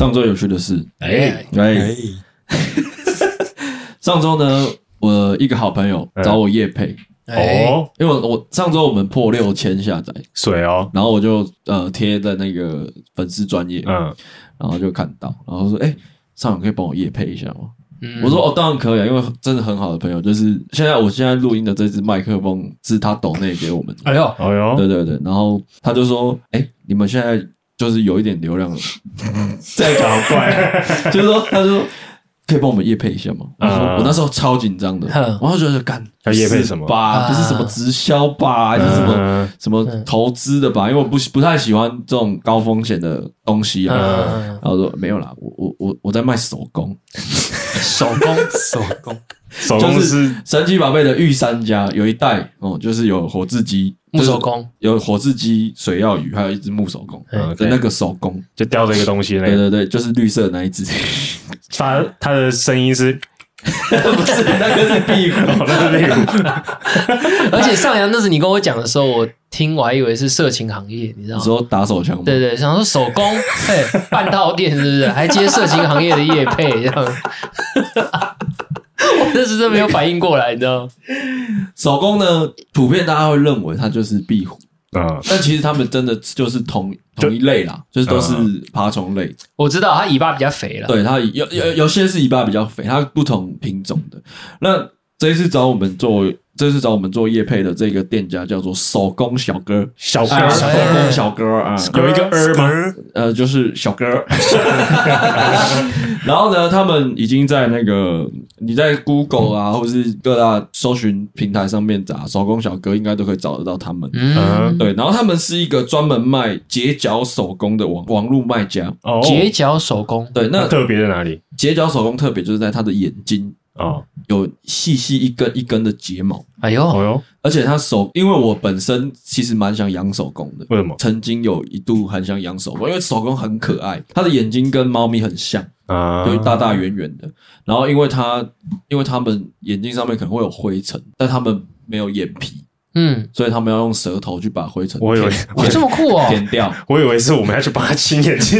上周有趣的事，上周呢，我一个好朋友找我业配。因为我上周我们破6000下载水哦， 然后我就贴在那个粉丝专页，然后就看到，然后说上勇可以帮我业配一下吗？我说当然可以啊，因为真的很好的朋友，就是我现在录音的这支麦克风是他抖内给我们的。对对对，然后他就说你们现在就是有一点流量了， 这样讲好怪， 就是说他说可以帮我们业配一下吗？我那时候超紧张的，我就觉得干要业配什么吧，不是什么直销吧，还是什么投资的吧？因为我不太喜欢这种高风险的东西啊。然后说没有啦，我在卖手工，就是神奇宝贝的御三家有一代就是有火炙鸡、 木手工， 有火炙鸡、水曜鱼，还有一只木手工的那个手工， 就叼着一个东西那个。 对对对，就是绿色的那一只。 他的声音是不是那个是壁虎， 那是壁虎。 而且上扬那时你跟我讲的时候，我还以为是色情行业，你知道吗？ 你说打手枪吗？ 对对，想说手工，半套店是不是？还接色情行业的业配这样。我那时真没有反应过来，你知道吗？ 手工呢，普遍大家会认为它就是壁虎。但其实他们真的就是同一类啦，就是都是爬虫类。 我知道它尾巴比较肥了， 对，它有些是尾巴比较肥，它不同品种的。那这一次找我们做业配的这个店家叫做手工小哥，手工小哥啊， 有一个吗？ 就是小哥。然后呢，他们已经在那个你在 Google 啊，或是各大搜寻平台上面找手工小哥，应该都可以找得到他们。对，然后他们是一个专门卖截角手工的网络卖家。 截角手工， 对，那特别在哪里？ 截角手工特别就是在他的眼睛。有细细一根一根的睫毛，而且他因为我本身其实蛮想养手工的， 为什么？ 曾经有一度很想养手工，因为手工很可爱，他的眼睛跟猫咪很像，就大大圆圆的。然后因为他们眼睛上面可能会有灰尘，但他们没有眼皮。所以他们要用舌头去把灰尘， 我以为这么酷舔掉。 我以为是我们要去帮他清眼睛。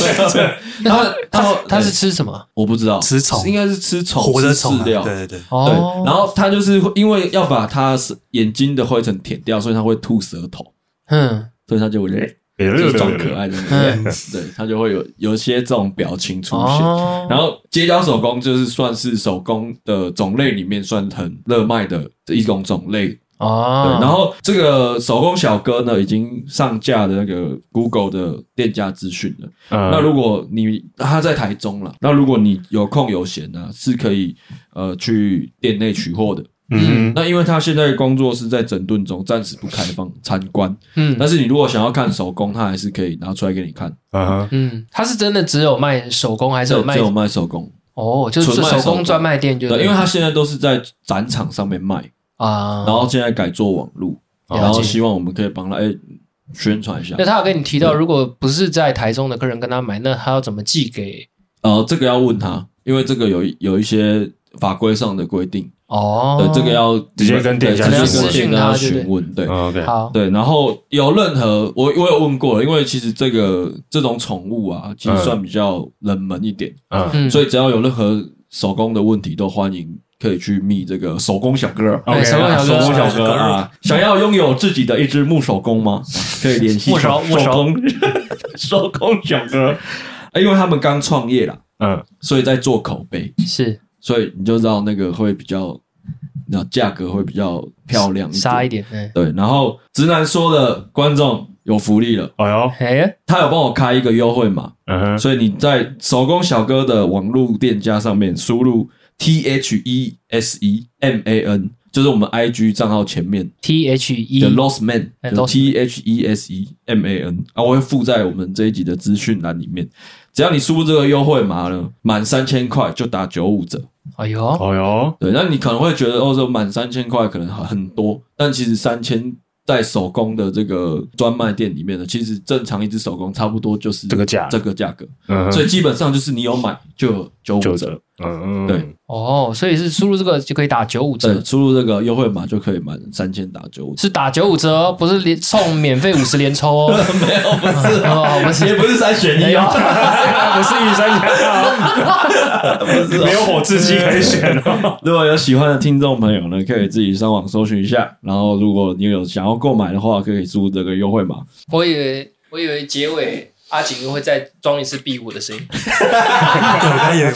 他是吃什么？ 我不知道， 吃虫， 应该是吃虫， 活的虫。 饲料。 对对对。 对，然后他就是因为要把他眼睛的灰尘舔掉，所以他会吐舌头。所以他就就是装可爱的那个，对，他就会有一些这种表情出现。然后截角手工就是算是手工的种类里面算很热卖的一种类。对，然后这个手工小哥呢，已经上架的那个 Google 的店家资讯了。那如果他在台中啦，那如果你有空有闲呢，是可以去店内取货的。那因为他现在工作是在整顿中，暂时不开放参观。但是你如果想要看手工，他还是可以拿出来给你看。 他是真的只有卖手工，还是只有卖手工？ 就是手工专卖店， 对，因为他现在都是在展场上面卖。然后现在改做网路，然后希望我们可以帮他宣传一下。 那他有跟你提到，如果不是在台中的客人跟他买，那他要怎么寄给？ 这个要问他，因为这个有一些法规上的规定。对，这个要直接跟店家询问。对 ，OK， 好， 对，然后有任何我有问过了，因为其实这种宠物啊，其实算比较冷门一点。所以只要有任何手工的问题，都欢迎。可以去密这个手工小哥， 手工小哥啊！想要拥有自己的一只木手工吗？可以联系手工小哥，因为他们刚创业啦，所以在做口碑， 是， 所以你就知道那个会比较，价格会比较漂亮杀一点， 对。然后直男说的观众有福利了，他有帮我开一个优惠码，所以你在手工小哥的网络店家上面输入。THESEMAN 就是我们 IG 账号前面 THE The Lost Man THESEMAN 我会附在我们这一集的资讯栏里面。只要你输入这个优惠码呢，满3000块就打95折。对，那你可能会觉得这满3000块可能很多，但其实3000在手工的这个专卖店里面呢，其实正常一只手工差不多就是这个价格。所以基本上就是你有买就有95折。 对。 所以是输入这个就可以打95折， 对，输入这个优惠码就可以满3000打95折， 是打95折哦，不是送免费50连抽哦。 没有，不是，也不是3选1哦， 不是御三家，不是没有火炙鸡可以选哦。 如果有喜欢的听众朋友呢，可以自己上网搜寻一下，然后如果你有想要购买的话，可以输入这个优惠码。 我以为结尾阿景会再装一次壁虎的声音， 我刚以为。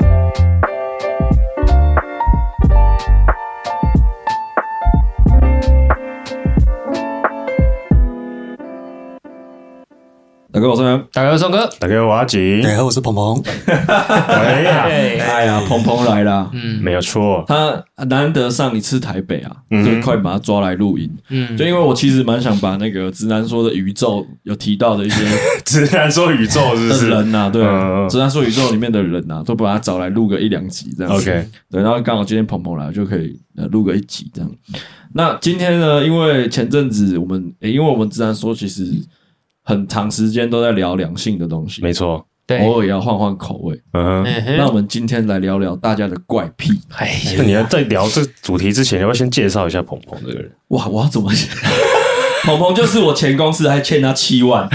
大哥，我是杨， 大家好，宋哥， 大家好，我阿景， 大家好，我是鹏鹏。 哎呀，鹏鹏来啦， 没有错， 他难得上一次台北啊，就快把他抓来录音。就因为我其实蛮想把那个直男说的宇宙有提到的一些直男说宇宙是不是人呐？对，直男说宇宙里面的人呐，都把他找来录个1-2集这样。 OK， 对，然后刚好今天鹏鹏来，就可以录个1集这样。那今天呢，因为前阵子我们，因为我们直男说其实很长时间都在聊两性的东西， 没错， 对， 偶尔也要换换口味。那我们今天来聊聊大家的怪癖。 那你要在聊这主题之前，要不要先介绍一下鹏鹏这个人？ 哇，我要怎么写？鹏鹏就是我前公司还欠他7万。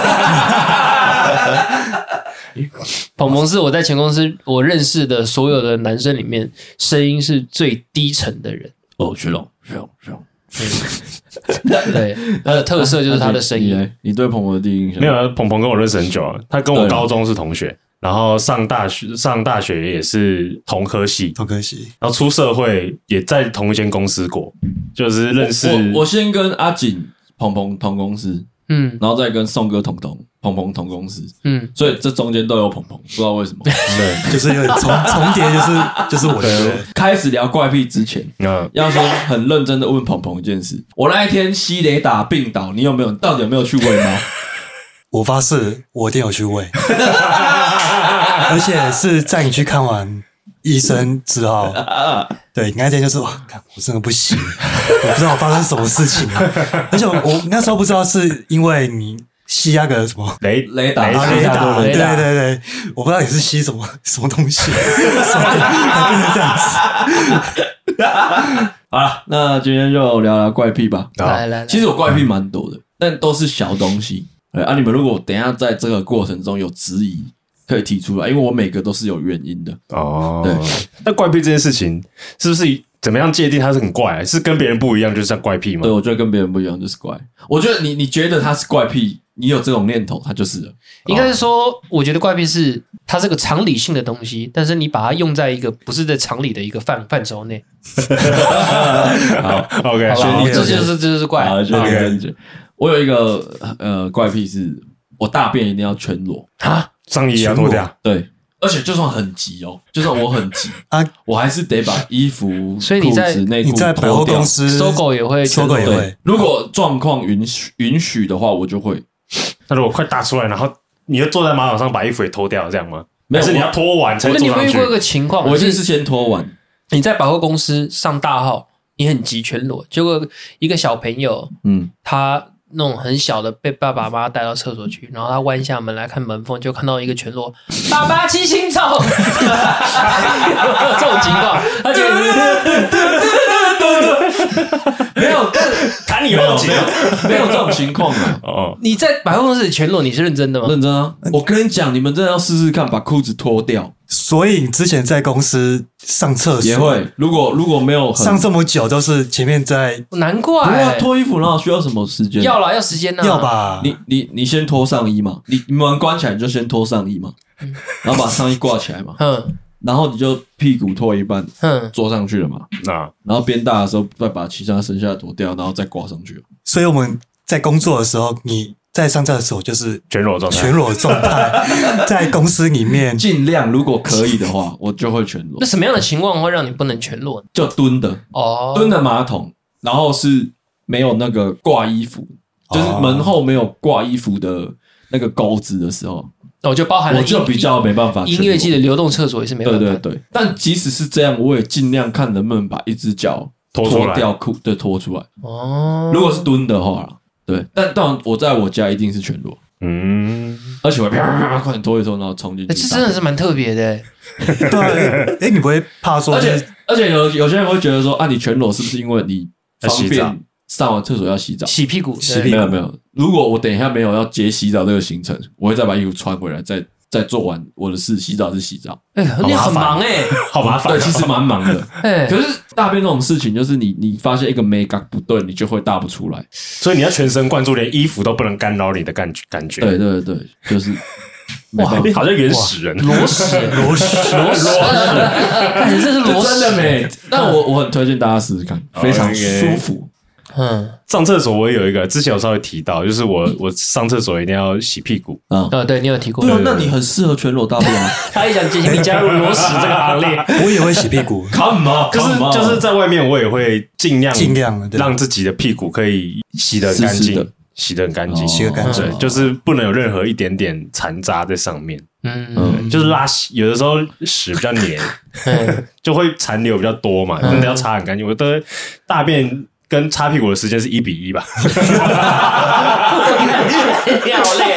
鹏鹏是我在前公司我认识的所有的男生里面声音是最低沉的人。 哦，学龙。 对，他的特色就是他的声音。 你对鹏鹏的第一印象？ 没有，鹏鹏跟我认识很久了，他跟我高中是同学，然后上大学也是同科系，然后出社会也在同一间公司过，就是认识。 我先跟阿景、鹏鹏同公司，然后再跟宋哥鹏鹏同公司，所以这中间都有鹏鹏，不知道为什么。 对，就是有点重叠，就是我的。 开始聊怪癖之前，要先很认真的问鹏鹏一件事：我那一天西雷打病倒，你到底有没有去喂猫？ 我发誓，我一定有去喂，而且是在你去看完医生之后，对，那天就是我真的不行，我不知道发生什么事情而且我那时候不知道是因为你吸那个什么雷达， 对，我不知道你是吸什么东西，所以还不能这样子。 好了，那今天就聊聊怪癖吧。 来， 其实我怪癖蛮多的，但都是小东西。你们如果等一下在这个过程中有质疑，可以提出来，因为我每个都是有原因的。对。 那怪癖这件事情是不是怎么样界定它是很怪？是跟别人不一样就是像怪癖吗？ 对，我觉得跟别人不一样就是怪。我觉得你觉得它是怪癖，你有这种念头，它就是了。 应该是说，我觉得怪癖是它是个常理性的东西，但是你把它用在一个不是在常理的一个范畴内。 好 ，OK， 这就是怪。 我有一个怪癖是，我大便一定要全裸啊， 上衣要脱掉。 对，而且就算很急哦，就算我很急我还是得把衣服、 所以你在内裤你在百货公司搜狗也会， 搜狗也会。 如果状况允许的话，我就会。 那如果快大出来，然后你就坐在马桶上把衣服也脱掉，这样吗？ 没有， 还是你要脱完才坐上去？ 你有没有遇过一个情况？ 我一定是先脱完。 你在百货公司上大号，你很急全裸，结果一个小朋友，他那种很小的被爸爸妈妈带到厕所去，然后他弯下门来看门缝，就看到一个全裸，爸爸骑行走，这种情况，他就没有，但砍你后颈， 没有这种情况啊。 你在百货公司里全裸，你是认真的吗？ 认真啊！我跟你讲，你们真的要试试看，把裤子脱掉。 所以你之前在公司上厕所也会，如果没有上这么久，都是前面在， 难怪。 不要脱衣服，然后需要什么时间？ 要啦，要时间啊， 要吧？ 你先脱上衣嘛，你门关起来你就先脱上衣嘛，然后把上衣挂起来嘛，然后你就屁股脱一半，坐上去了嘛，然后边大的时候再把其他剩下的脱掉，然后再挂上去。 所以我们在工作的时候，你在上厕所就是全裸状态，在公司里面尽量如果可以的话，我就会全裸。 那什么样的情况会让你不能全裸？ 就蹲的蹲的马桶，然后是没有那个挂衣服，就是门后没有挂衣服的那个钩子的时候。 就包含了我就比较没办法音乐季的流动厕所也是没办法。 对，但即使是这样，我也尽量看能不能把一只脚脱掉裤，对，脱出来。如果是蹲的话啦，对，但当然我在我家一定是全裸。 而且我啪啪啪快点拖一拖，然后冲进去。 这真的是蛮特别的。 对，你不会怕说？ 而且有些人会觉得说，你全裸是不是因为你方便上完厕所要洗澡？ 洗屁股？ 没有。如果我等一下没有要接洗澡这个行程，我会再把衣服穿回来，再做完我的事，洗澡是洗澡。 你很忙好麻烦。 对，其实蛮忙的。可是大便这种事情，就是你发现一个美感不对，你就会大不出来。 所以你要全神贯注，连衣服都不能干扰你的感觉。 对，就是。 哇，好像原始人， 裸屎，这是裸屎， 真的没。但我很推荐大家试试看，非常舒服。 上厕所我也有一个，之前有稍微提到，就是我上厕所一定要洗屁股。 对你有提过。 对，那你很适合全裸大便啊。 他也想请你加入裸屎这个行列。 我也会洗屁股 ，Come on， 就是在外面我也会尽量的让自己的屁股可以洗得干净。洗得很干净， 洗得干净， 就是不能有任何一点点残渣在上面。就是有的时候屎比较黏，就会残留比较多嘛，真的要擦很干净。我的大便跟擦屁股的时间是1:1吧。 你好累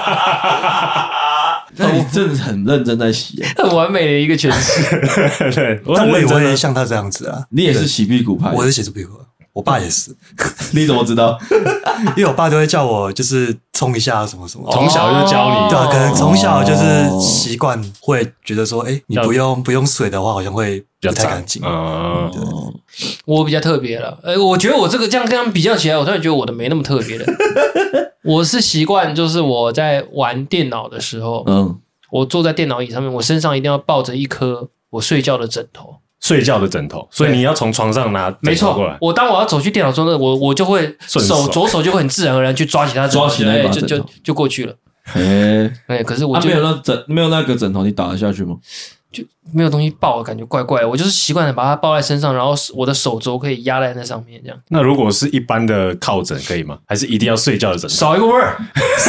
那你真的很认真在洗， 很完美的一个诠释。 对， 但我也会像他这样子啊。 你也是洗屁股派， 我是洗屁股。我爸也是， 你怎么知道？ 因为我爸都会叫我就是冲一下什么什么， 从小就教你， 对，可能从小就是习惯，会觉得说，你不用水的话，好像会不太干净。 我比较特别了，我觉得我这个这样跟他们比较起来，我突然觉得我的没那么特别了。我是习惯，就是我在玩电脑的时候，我坐在电脑椅上面，我身上一定要抱着一颗我睡觉的枕头。 睡觉的枕头，所以你要从床上拿枕头过来。 我当我要走去电脑桌那，我就会左手就会很自然而然去抓起它， 抓起那把枕头就过去了。可是我就没有那个枕头，你打得下去吗？ 就没有东西抱，感觉怪怪的。我就是习惯的把它抱在身上，然后我的手肘可以压在那上面，这样。 那如果是一般的靠枕可以吗？还是一定要睡觉的枕头？ 少一个味儿，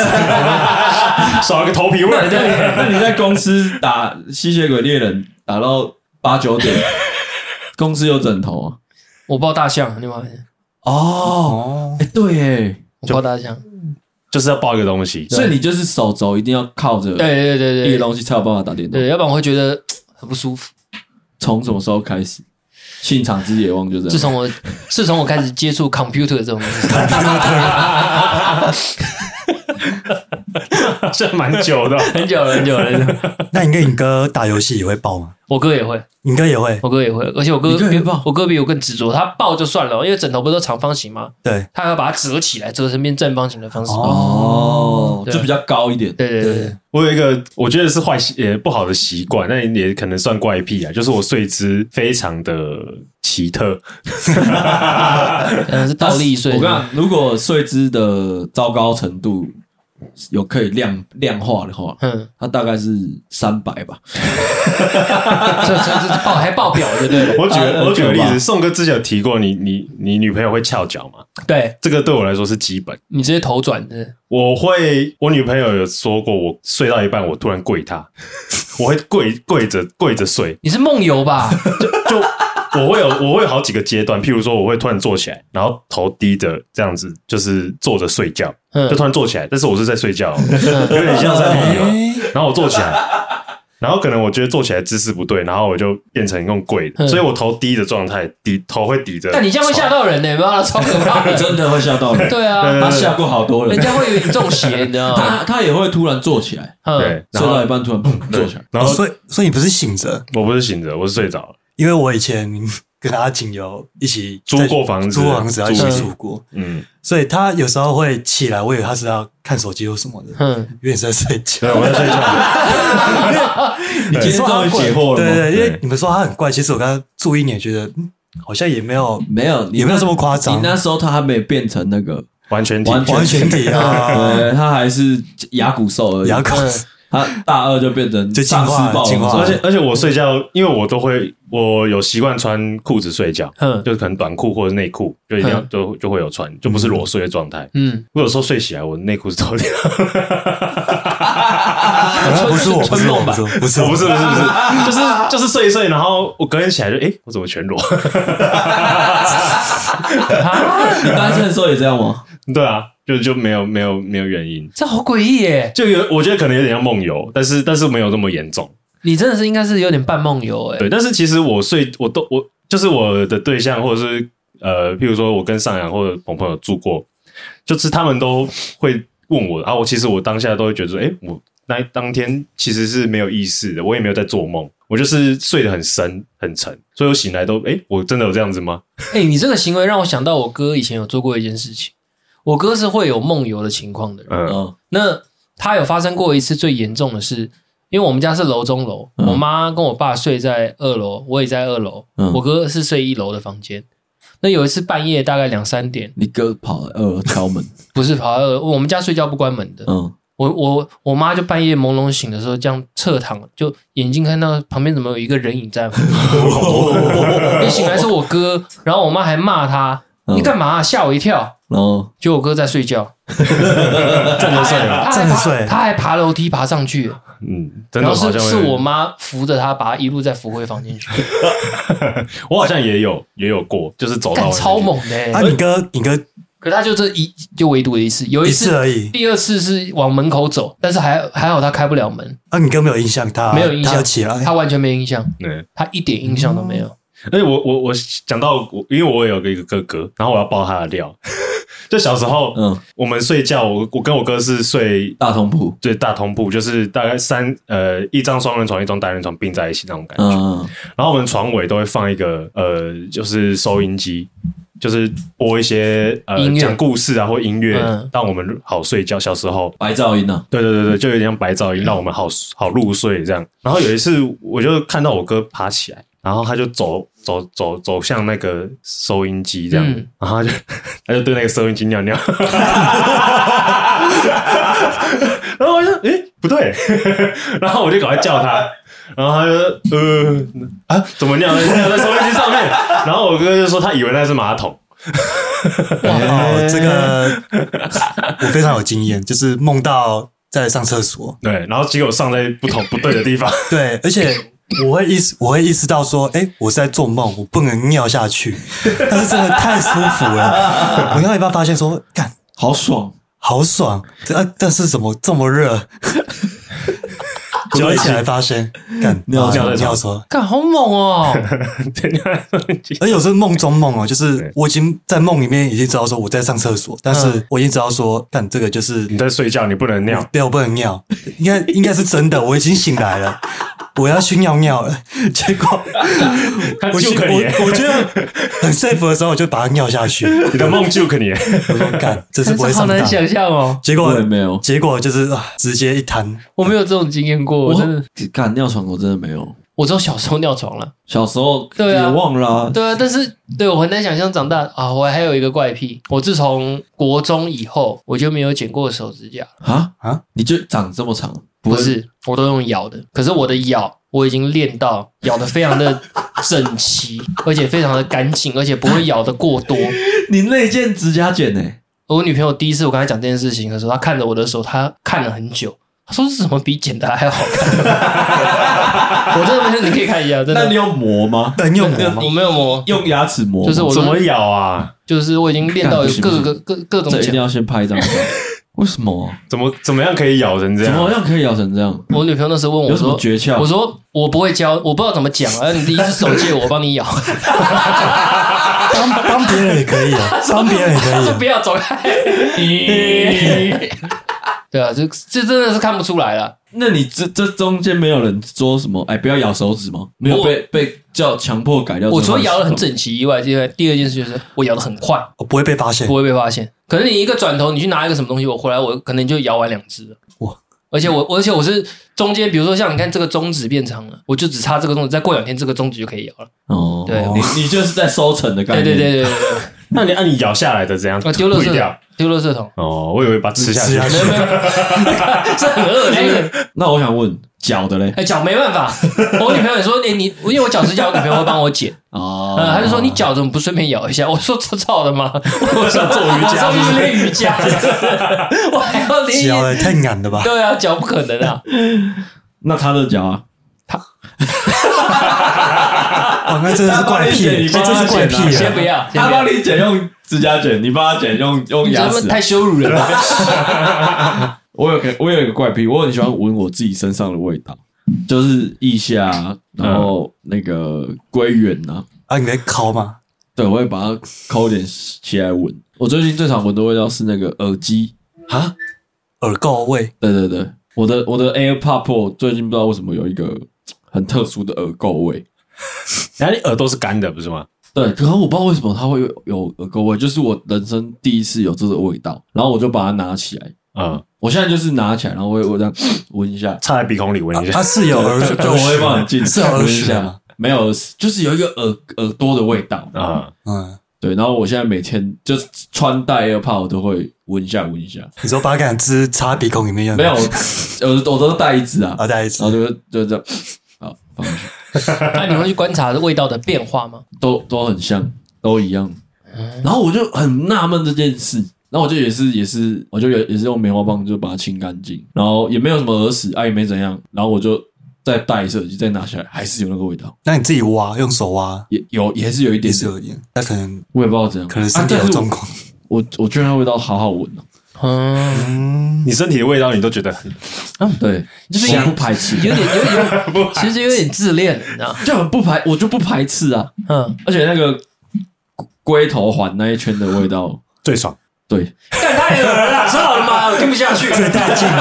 少一个头皮味儿。 那你在公司打吸血鬼猎人打到8、9点，公司有枕头啊？ 我抱大象，你有没有发现？ 对耶， 我抱大象， 就是要抱一个东西， 所以你就是手肘一定要靠着， 对， 一个东西才有办法打电动， 对，要不然我会觉得很不舒服。 从什么时候开始？信场之野望就这样。 自从我开始接触 computer 这种东西， 这蛮久的， 很久了。 那你跟你哥打游戏也会抱吗？ 我哥也会， 你哥也会， 我哥也会，而且我哥比我更执着，他抱就算了，因为枕头不是都长方形吗？ 对， 他要把它折起来，折成变正方形的方式抱，就比较高一点。 对。 我有一个我觉得是不好的习惯，但也可能算怪癖啊，就是我睡姿非常的奇特， 是倒立睡。 我跟你讲，如果睡姿的糟糕程度有可以量化的话，它大概是300吧。 这还报表对不对？ 我举个例子，宋哥之前有提过，你女朋友会翘脚吗？ 对， 这个对我来说是基本。 你直接头转的。 我女朋友有说过，我睡到一半，我突然跪她，我会跪着睡。 你是梦游吧？ 就我会有好几个阶段，譬如说我会突然坐起来，然后头低着这样子，就是坐着睡觉，就突然坐起来，但是我是在睡觉，有点像在梦游。然后我坐起来，然后可能我觉得坐起来姿势不对，然后我就变成用跪的，所以我头低的状态，头会抵着。 但你这样会吓到人呢，妈的，超可怕的， 真的会吓到人。 对啊， 他吓过好多人， 人家会以为你中邪，你知道吗？ 他也会突然坐起来， 对， 睡到一半突然砰坐起来， 然后所以你不是醒着？ 我不是醒着，我是睡着了。 因为我以前跟阿景有一起租过房子， 一起住过，所以他有时候会起来，我以为他是要看手机或什么的，因为你是在睡觉， 对，我在睡觉。 你今天终于解惑了， 对，因为你们说他很怪，其实我刚刚住1年，觉得好像也没有这么夸张。 你那时候他还没变成那个完全体啊， 对，他还是牙骨兽而已，他大2就变成就进化， 而且我睡觉，因为我有习惯穿裤子睡觉，就是可能短裤或者内裤，就一定要就会有穿，就不是裸睡的状态。我有时候睡起来，我内裤是脱掉， 不是我， 就是睡一睡，然后我隔天起来就我怎么全裸？ 你单身的时候也这样吗？ 对啊，就没有原因， 这好诡异耶！ 我觉得可能有点像梦游，但是没有那么严重。 你真的是应该是有点半梦游对，但是其实我就是我的对象，或者是譬如说我跟上扬或者朋友住过，就是他们都会问我啊，其实我当下都会觉得说，我当天其实是没有意识的，我也没有在做梦，我就是睡得很深很沉，所以我醒来都我真的有这样子吗？ 你这个行为让我想到我哥以前有做过一件事情。我哥是会有梦游的情况的人，那他有发生过一次最严重的是，因为我们家是楼中楼，我妈跟我爸睡在2楼，我也在2楼，我哥是睡1楼的房间。那有一次半夜大概2、3点， 你哥跑2楼敲门？ 不是跑2楼，我们家睡觉不关门的。我妈就半夜朦胧醒的时候，这样侧躺，就眼睛看到旁边怎么有一个人影在旁边。一醒来是我哥，然后我妈还骂他：“你干嘛？吓我一跳！”然后就我哥在睡觉， 站着睡， 他还爬楼梯爬上去。 真的好像是我妈扶着他，把他一路再扶回房间去。 我好像也有过，就是走到超猛的。 你哥， 可他就唯独一次，有一次而已。 第2次是往门口走，但是还好他开不了门。 你哥没有印象， 没有印象， 起来， 他完全没印象，他一点印象都没有。 而且我讲到因为我有一个哥哥，然后我要爆他的料。就小时候，我们睡觉，我跟我哥是睡大通铺， 对，大通铺就是大概一张双人床，一张单人床并在一起那种感觉。然后我们床尾都会放一个就是收音机，就是播一些讲故事啊或音乐，让我们好睡觉。小时候白噪音啊， 对，就有点像白噪音，让我们好入睡这样。然后有一次，我就看到我哥爬起来，然后他就走向那个收音机这样，然后他就对那个收音机尿尿，然后我就不对，然后我就赶快叫他，然后他就怎么尿在收音机上面？然后我哥就说他以为那是马桶。 这个我非常有经验，就是梦到在上厕所， 对，然后结果上在不对的地方， 对，而且我会意识到说，我是在做梦，我不能尿下去，但是真的太舒服了。我尿一半发现说，干， 好爽， 但是怎么这么热？久起来发现，干尿说， 干好猛哦！ 而有时候梦中梦就是我已经在梦里面已经知道说我在上厕所，但是我已经知道说，干这个就是你在睡觉，你不能尿， 对，我不能尿，应该是真的，我已经醒来了。我要去尿尿了，结果我觉得很 safe 的时候，我就把它尿下去。 你的梦救你， 我说干，这是不会上当。 好难想象哦。 结果没有， 结果就是直接一滩。 我没有这种经验过，我真的干尿床，我真的没有。 我只有小时候尿床了， 小时候也忘了。 对啊，但是我很难想象长大啊。我还有一个怪癖，我自从国中以后，我就没有剪过手指甲啊！你就长这么长？ 不是，我都用咬的。可是我的咬，我已经练到咬得非常的整齐，而且非常的干净，而且不会咬得过多。 你那件指甲剪呢？ 我女朋友第一次我跟她讲这件事情的时候，她看着我的手，她看了很久。她说：“是什么比剪的还好看？”我真的没事，你可以看一下。真的。 那你有磨吗？ 你有磨吗？ 我没有磨， 用牙齿磨。 就是我怎么咬啊？ 就是我已经练到有各种。 这一定要先拍一张照。为什么？ 怎么样可以咬成这样？ 怎么样可以咬成这样？ 我女朋友那时候问我有什么诀窍？ 我说我不会教，我不知道怎么讲啊。你第一只手借我帮你咬。 帮别人也可以啊，帮别人也可以。 不要走开。对啊，这真的是看不出来了。 那你这中间没有人说什么？不要咬手指吗？没有被叫强迫改掉。 我除了咬得很整齐以外，第二件事就是我咬得很快， 我不会被发现， 不会被发现。可能你一个转头，你去拿一个什么东西，我回来我可能就咬完2只了。哇！而且我是中间，比如说像你看这个中指变长了，我就只差这个中指，再过2天这个中指就可以咬了。哦，对， 你就是在收成的概念。 对。 那你咬下来的怎样？ 丢垃圾掉， 丢垃圾桶。 哦，我以为把它吃下去， 没有，这很恶心。 那我想问脚的嘞？ 脚没办法，我女朋友也说，你因为我脚指甲，我女朋友会帮我剪。哦，她就说你脚怎么不顺便咬一下？我说操的吗？我想做瑜伽，我是练瑜伽，我还要练脚也太难了吧？ 对啊，脚不可能啊。 那他的脚啊？ 哦，那真的是怪癖，这是怪癖。 先不要， 他帮你剪用指甲剪，你帮他剪用牙齿， 太羞辱人了。 我有一个怪癖，我很喜欢闻我自己身上的味道，就是腋下，然后那个龟源啊。 啊，你在抠吗？ 对，我会把它抠点起来闻。我最近最常闻的味道是那个耳机啊，耳垢味。 对，我的 AirPod Pro 最近不知道为什么有一个很特殊的耳垢味。 然后你耳朵是干的，不是吗？ 对，可是我不知道为什么它会有耳垢味，就是我人生第一次有这个味道，然后我就把它拿起来。我现在就是拿起来，然后我这样闻一下， 插在鼻孔里闻一下。 它是有耳屎， 就我会放很近， 是有耳屎吗？没有耳屎，就是有一个耳朵的味道啊。对，然后我现在每天就是穿戴 AirPod 我都会闻一下。 你说把杆子插鼻孔里面用？ 没有，我都是带一支啊， 带一支， 然后就这样，好放进去。 那你会去观察味道的变化吗？ 都很像，都一样。然后我就很纳闷这件事，然后我就也是，我就也是用棉花棒就把它清干净，然后也没有什么耳屎，也没怎样，然后我就再戴一次耳机，再拿下来，还是有那个味道。 那你自己挖，用手挖， 也是有一点， 那可能我也不知道怎样， 可能身体有状况。 我觉得那味道好好闻哦。 你身体的味道你都觉得很， 对，就是不排斥， 有点，其实有点自恋，你知道， 就很我就不排斥啊。而且那个龟头环那一圈的味道最爽。 对， 干太恶了啦，知道了吗？我听不下去， 最带劲。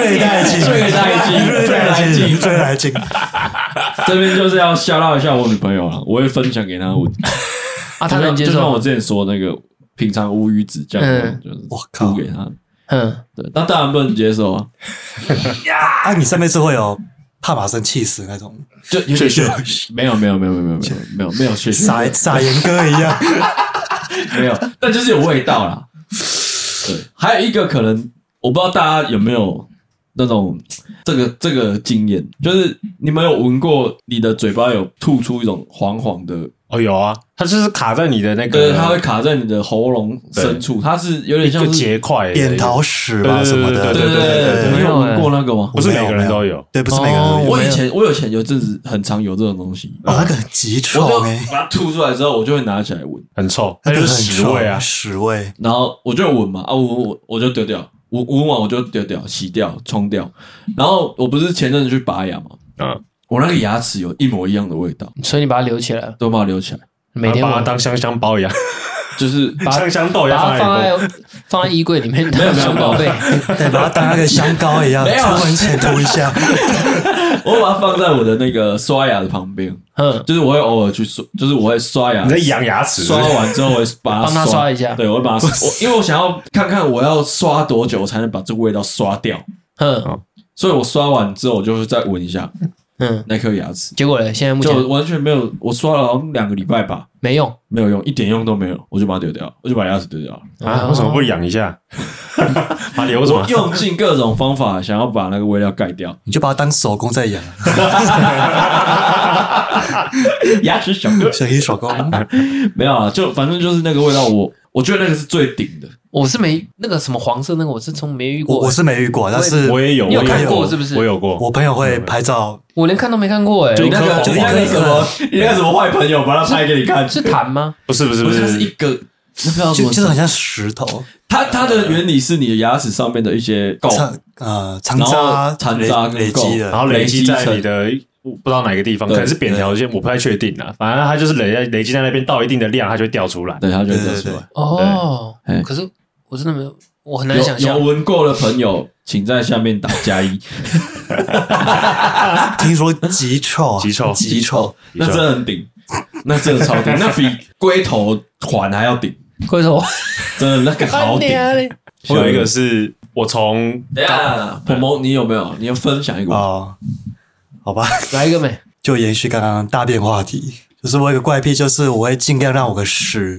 这边就是要shout out一下我女朋友了，我会分享给她闻啊，她能接受。 就像我之前说那个平常无鱼子酱，就是涂给她。对，那当然不能接受啊。 啊，你上面是会有帕玛森气死那种， 就有点没有血撒盐哥一样， 没有，但就是有味道啦。对，还有一个可能，我不知道大家有没有那种这个经验，就是你们有闻过你的嘴巴有吐出一种黄黄的？ 哦，有啊，它就是卡在你的那个， 对，它会卡在你的喉咙深处，它是有点像是结块、 扁桃屎吧什么的。 对，你有闻过那个吗？ 不是每个人都有， 对，不是每个人都有。 我以前有阵子很常有这种东西， 那个很极臭， 我就把它吐出来之后，我就会拿起来闻， 很臭，那就是屎味啊， 屎味。 然后我就闻嘛，我就丢掉，闻完我就丢掉，洗掉，冲掉。然后我不是前阵子去拔牙嘛，我那个牙齿有一模一样的味道， 所以你把它留起来了， 都把它留起来， 每天把它当香包一样， 就是香豆一样， 把它放在衣柜里面，没有熊宝贝， 对，把它当那个香膏一样，出门前涂一下。 我把它放在我的那个刷牙的旁边，就是我会偶尔去刷，就是我会刷牙， 你在养牙齿， 刷完之后我会把它帮他刷一下， 对，我会把它，因为我想要看看我要刷多久才能把这个味道刷掉，所以我刷完之后我就会再闻一下。那颗牙齿， 结果呢？现在目前就完全没有，我刷了好像2个礼拜吧， 没用， 一点用都没有，我就把它丢掉，我就把牙齿丢掉了。 啊？为什么不养一下？把留着？ 我用尽各种方法想要把那个味道盖掉， 你就把它当手工在养。 牙齿小哥， 小黑手工没有啊，就反正就是那个味道，我觉得那个是最顶的。 我是没那个什么黄色那个，我是从没遇过。 我是没遇过，但是我也有， 你有看过是不是？ 我有过， 我朋友会拍照， 我连看都没看过就那个你那什么坏朋友把它拍给你看， 是痰吗？ 不是， 它是一个， 就是很像石头。 它的原理是你的牙齿上面的一些垢， 残渣累积的， 然后累积在你的不知道哪个地方，可能是扁条线，我不太确定啦。反正它就是累积在那边，到一定的量，它就会掉出来。 对，它就会掉出来。 哦，可是我真的没有，我很难想象。 有闻过的朋友，请在下面打+1。 听说极臭， 那真的很顶，那真的超顶，那比龟头环还要顶。 龟头真的那个好顶。 我有一个是我从鹏鹏，你有没有？你要分享一个哦？好吧， 来一个没？ 就延续刚刚大便话题，就是我有一个怪癖，就是我会尽量让我的屎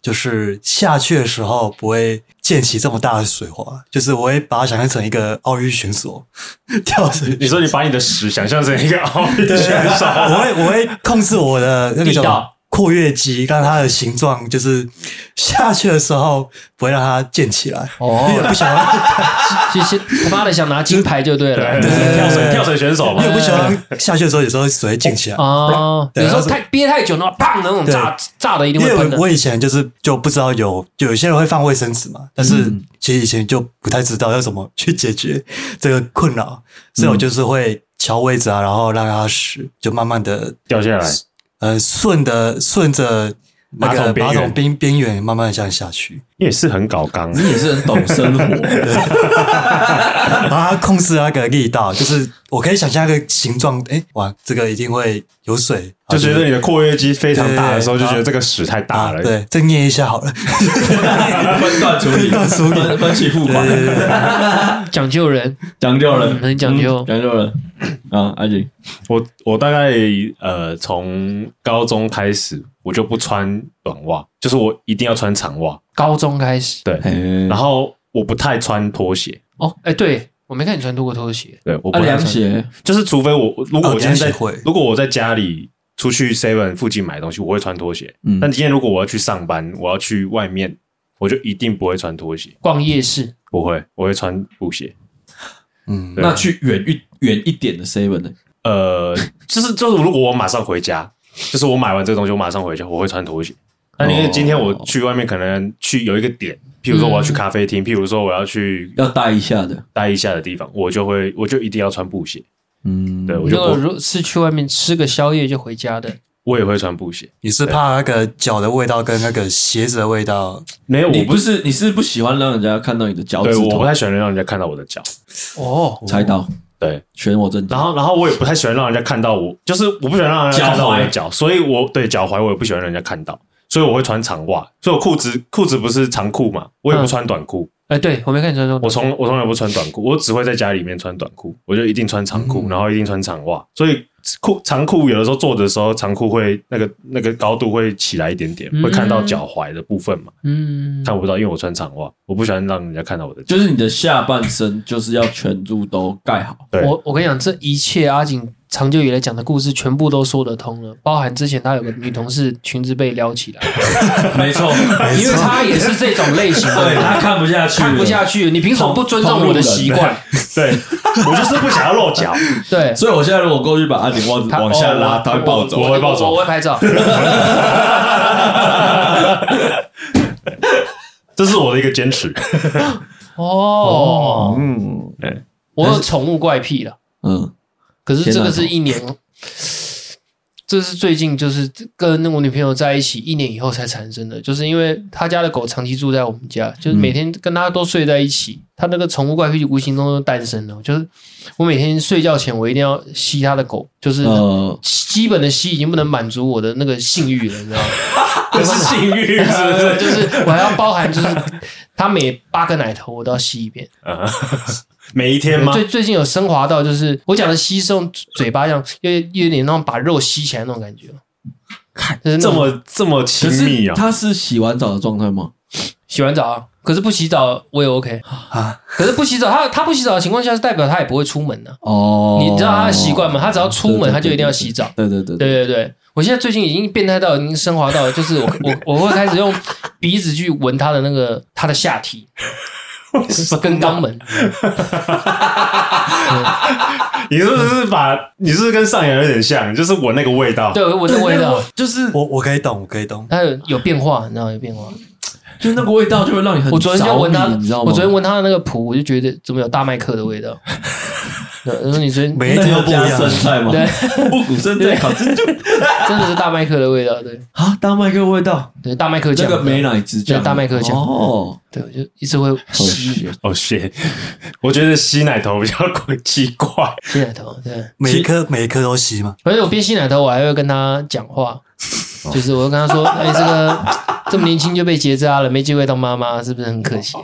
就是下去的时候不会溅起这么大的水花，就是我会把它想象成一个奥运选手跳水。 你说你把你的屎想象成一个奥运选手， 我会控制我的那个叫什么括约肌，让它的形状就是下去的时候不会让它溅起来。因为不想让他妈的想拿金牌就对了， 跳水选手嘛。 因为不喜欢下去的时候有时候水会溅起来。 有时候憋太久，然后砰那种炸的一定会喷的。 因为我以前就不知道有些人会放卫生纸嘛，但是其实以前就不太知道要怎么去解决这个困扰，所以我就是会调位置啊，然后让它屎就慢慢的掉下来。 顺着那个马桶边缘慢慢这样下去。 你也是很搞刚， 你也是很懂生活。 然后他控制那个力道，就是我可以想象那个形状，哇，这个一定会有水， 就觉得你的括约肌非常大的时候，就觉得这个屎太大了。 对，再捏一下好了， 分段处理，分期付款， 讲究人，很讲究人啊，阿锦， 我大概从高中开始，我就不穿短袜，就是我一定要穿长袜。 高中开始， 对，然后我不太穿拖鞋。 对，我没看你穿过拖鞋。 对，我不太凉鞋， 就是除非如果我今天如果我在家里出去 7 附近买东西，我会穿拖鞋。但今天如果我要去上班，我要去外面，我就一定不会穿拖鞋。 逛夜市不会，我会穿布鞋。 那去远一点的 7 呢？ 就是如果我马上回家，就是我买完这个东西我马上回家，我会穿拖鞋。那因为今天我去外面，可能去有一个点，譬如说我要去咖啡厅，譬如说我要去待一下的地方，我就一定要穿布鞋。对，我如果是去外面吃个宵夜就回家的， 我也会穿布鞋。 你是怕那个脚的味道跟那个鞋子的味道？ 没有， 你是不喜欢让人家看到你的脚趾头？ 对，我不太喜欢让人家看到我的脚。 猜到。 对， 选我正。 然后我也不太喜欢让人家看到我，就是我不喜欢让人家看到我的脚，所以我对脚踝我也不喜欢让人家看到，所以我会穿长袜。所以我裤子不是长裤嘛，我也不穿短裤。 对，我没看你穿短裤。 我从来不穿短裤，我只会在家里面穿短裤，我就一定穿长裤，然后一定穿长袜。所以长裤有的时候坐的时候，长裤会那个高度会起来一点点，会看到脚踝的部分嘛。看不到，因为我穿长袜，我不喜欢让人家看到我的脚。 就是你的下半身就是要全部都盖好。 对， 我跟你讲，这一切阿景长久以来讲的故事全部都说得通了，包含之前他有个女同事裙子被撩起来， 没错， 因为他也是这种类型的， 对他看不下去， 你凭什么不尊重我的习惯？ 对，我就是不想要露脚。 对， 所以我现在如果过去把阿景袜子往下拉，他会暴走， 我会暴走， 我会拍照。 这是我的一个坚持。 对，我有宠物怪癖了。可是这个是1年，这是最近就是跟我女朋友在一起1年以后才产生的，就是因为她家的狗长期住在我们家，就是每天跟她都睡在一起，她那个宠物怪癖无形中就诞生了。就是我每天睡觉前我一定要吸她的狗，就是基本的吸已经不能满足我的那个性欲了，你知道吗？ 这是性欲， 就是我还要包含，就是她每8个奶头我都要吸一遍。 每一天吗？ 最近有升华到，就是我讲的吸是用嘴巴这样，有点那种把肉吸起来那种感觉。 看，这么亲密啊！ 他是洗完澡的状态吗？ 洗完澡啊，可是不洗澡我也 OK 啊。可是不洗澡，他不洗澡的情况下，是代表他也不会出门的。你知道他的习惯吗？他只要出门，他就一定要洗澡。对。我现在最近已经变态到，已经升华到，就是我会开始用鼻子去闻他的下体。跟肛门， 你是不是跟上扬有点像？就是闻那个味道， 对，闻那个味道， 就是我可以懂， 它有变化，你知道有变化， 就是那个味道就会让你很。 我昨天就闻它， 你知道吗？ 我昨天闻它的那个脯，我就觉得怎么有大麦克的味道。然后你昨天每一天都不一样， 生菜吗？ 对， 布谷生菜烤珍珠， 真的是大麦克的味道，对啊，大麦克味道， 对，大麦克酱， 这个美乃滋酱， 大麦克酱，对，我就一直会吸。 shit， 我觉得吸奶头比较奇怪， 吸奶头，对， 每一颗都吸吗？ 而且我边吸奶头，我还会跟他讲话，就是我会跟他说，这么年轻就被结扎了，没机会当妈妈，是不是很可惜？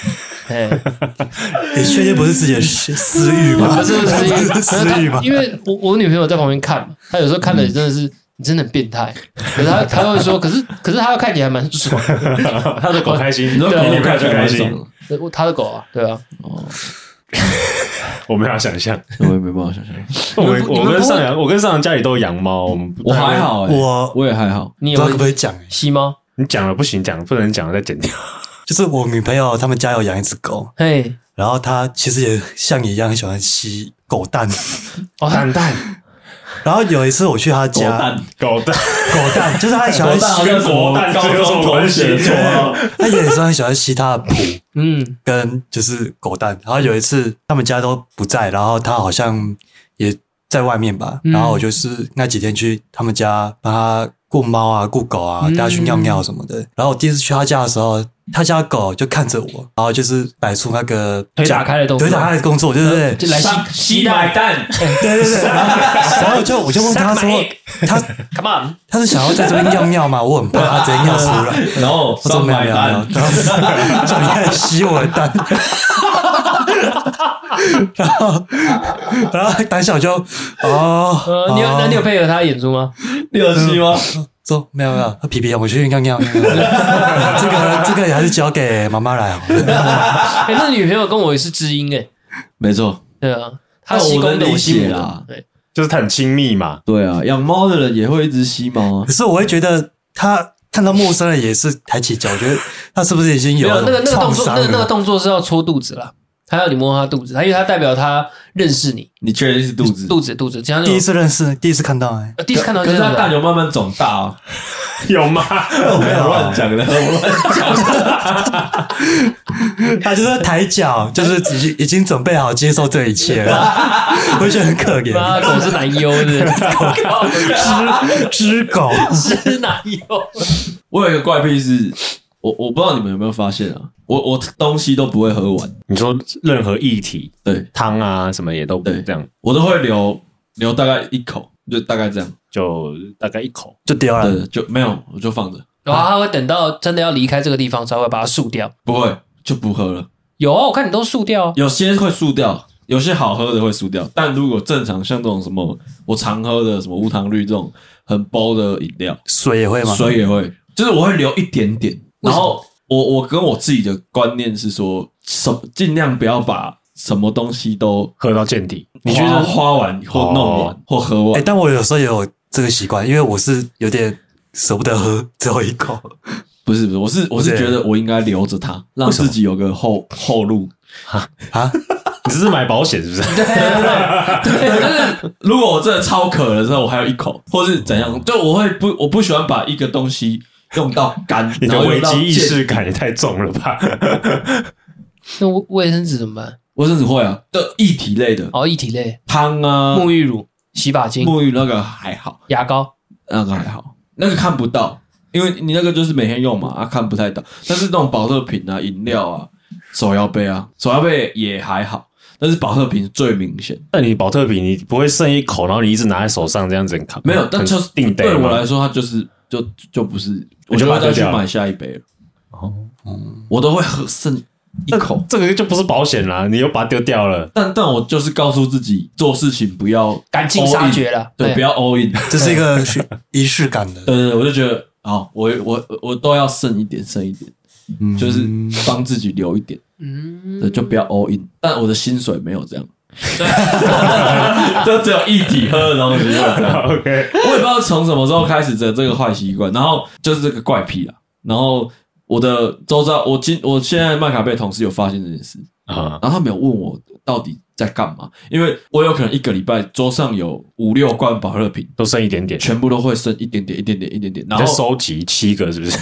你确定不是自己的私欲吗？ 不是私欲吗？ 因为我女朋友在旁边看嘛，她有时候看的真的是你真的很变态。可是他会说，可是他又看起来蛮爽的， 他的狗开心， 你说狗看起来开心， 他的狗啊，对啊， 我没法想象， 我也没办法想象。 我跟上阳家里都有养猫， 我还好我也还好。 你不知道可不可以讲吸猫？ 你讲了不行，不能讲了再剪掉。 就是我女朋友他们家有养一只狗，然后她其实也像你一样很喜欢吸狗蛋， 蛋。 然后有一次我去她家， 狗蛋， 就是她很喜欢吸狗蛋，高中同学做， 她也是很喜欢吸她的脯，跟就是狗蛋。然后有一次他们家都不在，然后她好像也在外面吧，然后我就是那几天去他们家帮她顾猫啊、顾狗啊，带她去尿尿什么的。然后我第一次去她家的时候，他家狗就看着我，然后就是摆出那个腿打开的动作， 腿打开的动作，对对对， 就来吸买蛋， 对对对。然后我就问他说，他 come on， 他是想要在这边尿尿吗？我很怕他直接尿出来。 然后我说没有，然后就你开始吸我的蛋，然后当下我就你有配合他演出吗？ 你有吸吗？ 说没有，他皮皮我去尿尿。这个还是交给妈妈来好了。 那女朋友跟我也是知音没错， 对啊，她吸公的我吸母的， 对，就是他很亲密嘛。 对啊，养猫的人也会一直吸猫啊。 可是我会觉得他看到陌生人也是抬起脚，我觉得他是不是已经有那个动作，那个动作是要戳肚子了。他要你摸他肚子，因为他代表他认识你。 你确定是肚子？ 肚子，这样第一次认识，第一次看到第一次看到， 可是他蛋有慢慢长大啊？ 有吗？ 我没有乱讲的，我乱讲。 他就是抬脚，就是已经准备好接受这一切了，我觉得很可怜。 狗是男优的， 知狗是男优。 我有一个怪癖是，我不知道你们有没有发现啊？我东西都不会喝完。 你说任何液体， 对， 汤啊什么也都这样， 我都会留大概一口，就大概这样， 就大概一口就丢了， 对，就没有，我就放着。 然后他会等到真的要离开这个地方才会把它漱掉， 不会就不喝了。 有啊，我看你都漱掉， 有些会漱掉，有些好喝的会漱掉。但如果正常像这种什么我常喝的什么无糖绿这种很包的饮料， 水也会吗？ 水也会，就是我会留一点点，然后。我跟我自己的观念是说，尽量不要把什么东西都喝到见底。 你觉得花完或弄完或喝完？ 但我有时候也有这个习惯，因为我是有点舍不得喝最后一口。 不是，我是觉得我应该留着它，让自己有个后路啊！ 你这是买保险是不是？ 对， 就是如果我真的超渴的时候，我还有一口，或是怎样，就我不喜欢把一个东西。用到干， 你的危机意识感也太重了吧？ 那卫生纸怎么办？ 卫生纸会啊，的液体类的液体类， 汤啊、 沐浴乳、洗发精、 沐浴那个还好， 牙膏那个还好，那个看不到，因为你那个就是每天用嘛，看不太到。但是那种保特瓶啊、饮料啊、手摇杯也还好，但是保特瓶最明显。 那你保特瓶你不会剩一口，然后你一直拿在手上这样子看？ 没有，但就是对我来说，它就是就不是。我就会再去买下一杯了。我都会喝剩一口， 这个就不是保险啦，你又把它丢掉了。 但我就是告诉自己，做事情不要赶尽杀绝了， 对，不要 all in， 这是一个仪式感的。 对，我就觉得我都要剩一点，就是帮自己留一点，对，就不要 all in。但我的薪水没有这样。就只有一体喝的东西会这样。 OK， 我也不知道从什么时候开始这个坏习惯，然后就是这个怪癖啦。然后我的周遭，我现在麦卡贝同事有发现这件事然后他没有问我到底在干嘛，因为我有可能一个礼拜桌上有5-6罐保乐瓶， 都剩一点点， 全部都会剩一点点，然后收集7个是不是？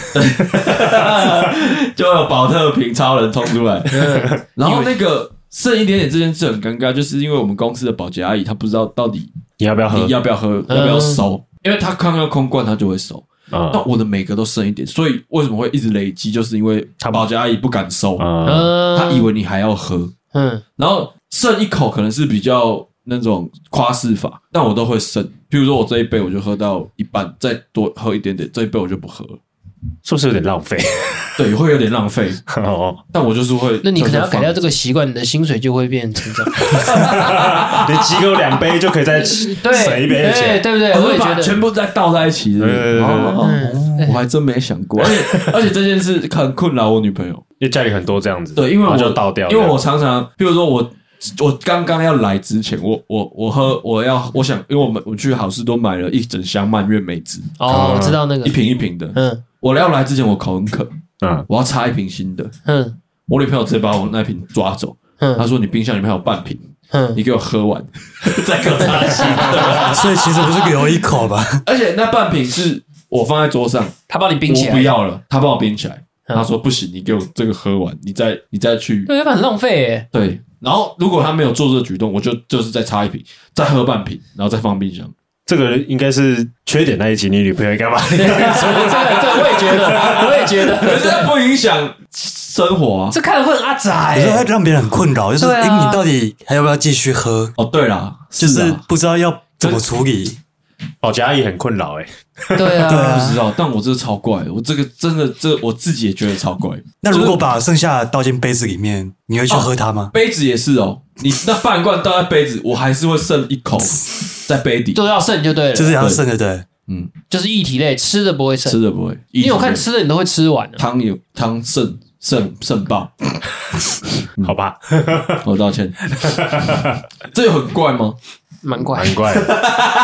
就有保特瓶超人冲出来，然后那个。剩一点点这件事很尴尬，就是因为我们公司的保洁阿姨她不知道到底你要不要喝， 要不要收，因为她看到空罐她就会收。那我的每个都剩一点，所以为什么会一直累积，就是因为保洁阿姨不敢收，她以为你还要喝，然后剩一口可能是比较那种夸饰法，但我都会剩。譬如说我这一杯我就喝到一半，再多喝一点点，这一杯我就不喝了。 是不是有点浪费？ 对，会有点浪费。但我就是会， 那你可能要改掉这个习惯，你的薪水就会变成成长。 你几个2杯就可以再省一杯的钱， 对不对？ 我也觉得全部再倒在一起。我还真没想过，而且这件事很困扰我女朋友， 因为家里很多这样子。 对，因为我就倒掉， 因为我常常，比如说我刚刚要来之前，我想，因为我去好事多买了一整箱蔓越莓汁。 我知道那个一瓶一瓶的。我要来之前我口很渴，我要插一瓶新的。我女朋友直接把我那瓶抓走。她说：“你冰箱里面还有半瓶，你给我喝完，再给我插新的。” 所以其实不是给我一口吧？ 而且那半瓶是我放在桌上， 他帮你冰起来， 我不要了，他帮我冰起来。他说：“不行，你给我这个喝完，你再去。” 对，要不然很浪费耶。 对，然后如果他没有做这个举动，我就是再插一瓶，再喝半瓶，然后再放冰箱。 这个应该是缺点那一集，你女朋友干嘛？ 这我也觉得， 可是它不影响生活啊。 这看了会很阿杂， 有时候会让别人很困扰，就是你到底还要不要继续喝？ 哦，对啦， 就是不知道要怎么处理。 保洁阿姨很困扰对啊， 不知道，但我这超怪的，我这个真的我自己也觉得超怪。 那如果把剩下的倒进杯子里面，你会去喝它吗？ 杯子也是哦，你那半罐倒在杯子，我还是会剩一口在杯底， 就要剩就对了， 就是要剩就对。 就是液体类，吃的不会剩， 吃的不会。 因为我看吃的你都会吃完的， 汤剩爆， 好吧， 我道歉。这有很怪吗？ 蛮怪的。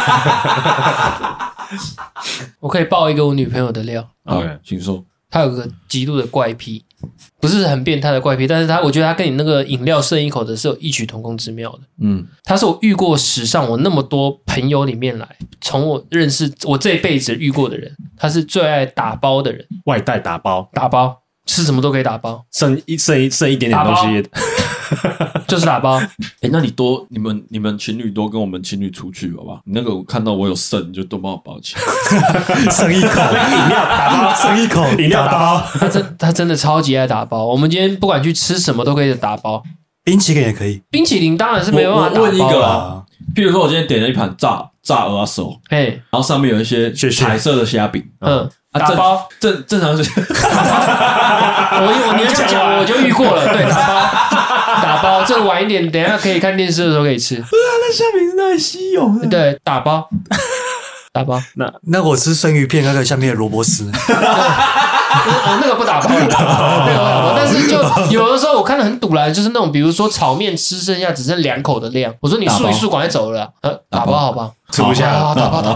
我可以爆一个我女朋友的料。 好，请说。 她有个极度的怪癖，不是很变态的怪癖，但是我觉得她跟你那个饮料剩一口的是有异曲同工之妙的。她是我遇过史上我那么多朋友里面来，从我认识我这一辈子遇过的人，她是最爱打包的人。 外带打包吃什么都可以打包， 剩一点点东西。 就是打包。 那你们情侣多跟我们情侣出去好吧？你那个我看到我有剩，你就都帮我包起来。 剩一口饮料打包，剩一口饮料打包。 他真的超级爱打包。我们今天不管去吃什么都可以打包， 冰淇淋也可以。 冰淇淋当然是没办法打包。 我问一个啊，譬如说我今天点了一盘炸鹅手，然后上面有一些彩色的虾饼， 打包正常是。 你这样讲我就遇过了，对，打包，这个晚一点，等一下可以看电视的时候可以吃。 那虾饼是太稀有了。 对，打包。 那我吃生鱼片，那个下面的萝卜丝。 那个不打包，那个不打包。但是就有的时候我看得很堵然，就是那种比如说炒面吃剩下只剩2口的量，我说你漱一漱，赶快走了。打包好不好？ 吃不下， 打包。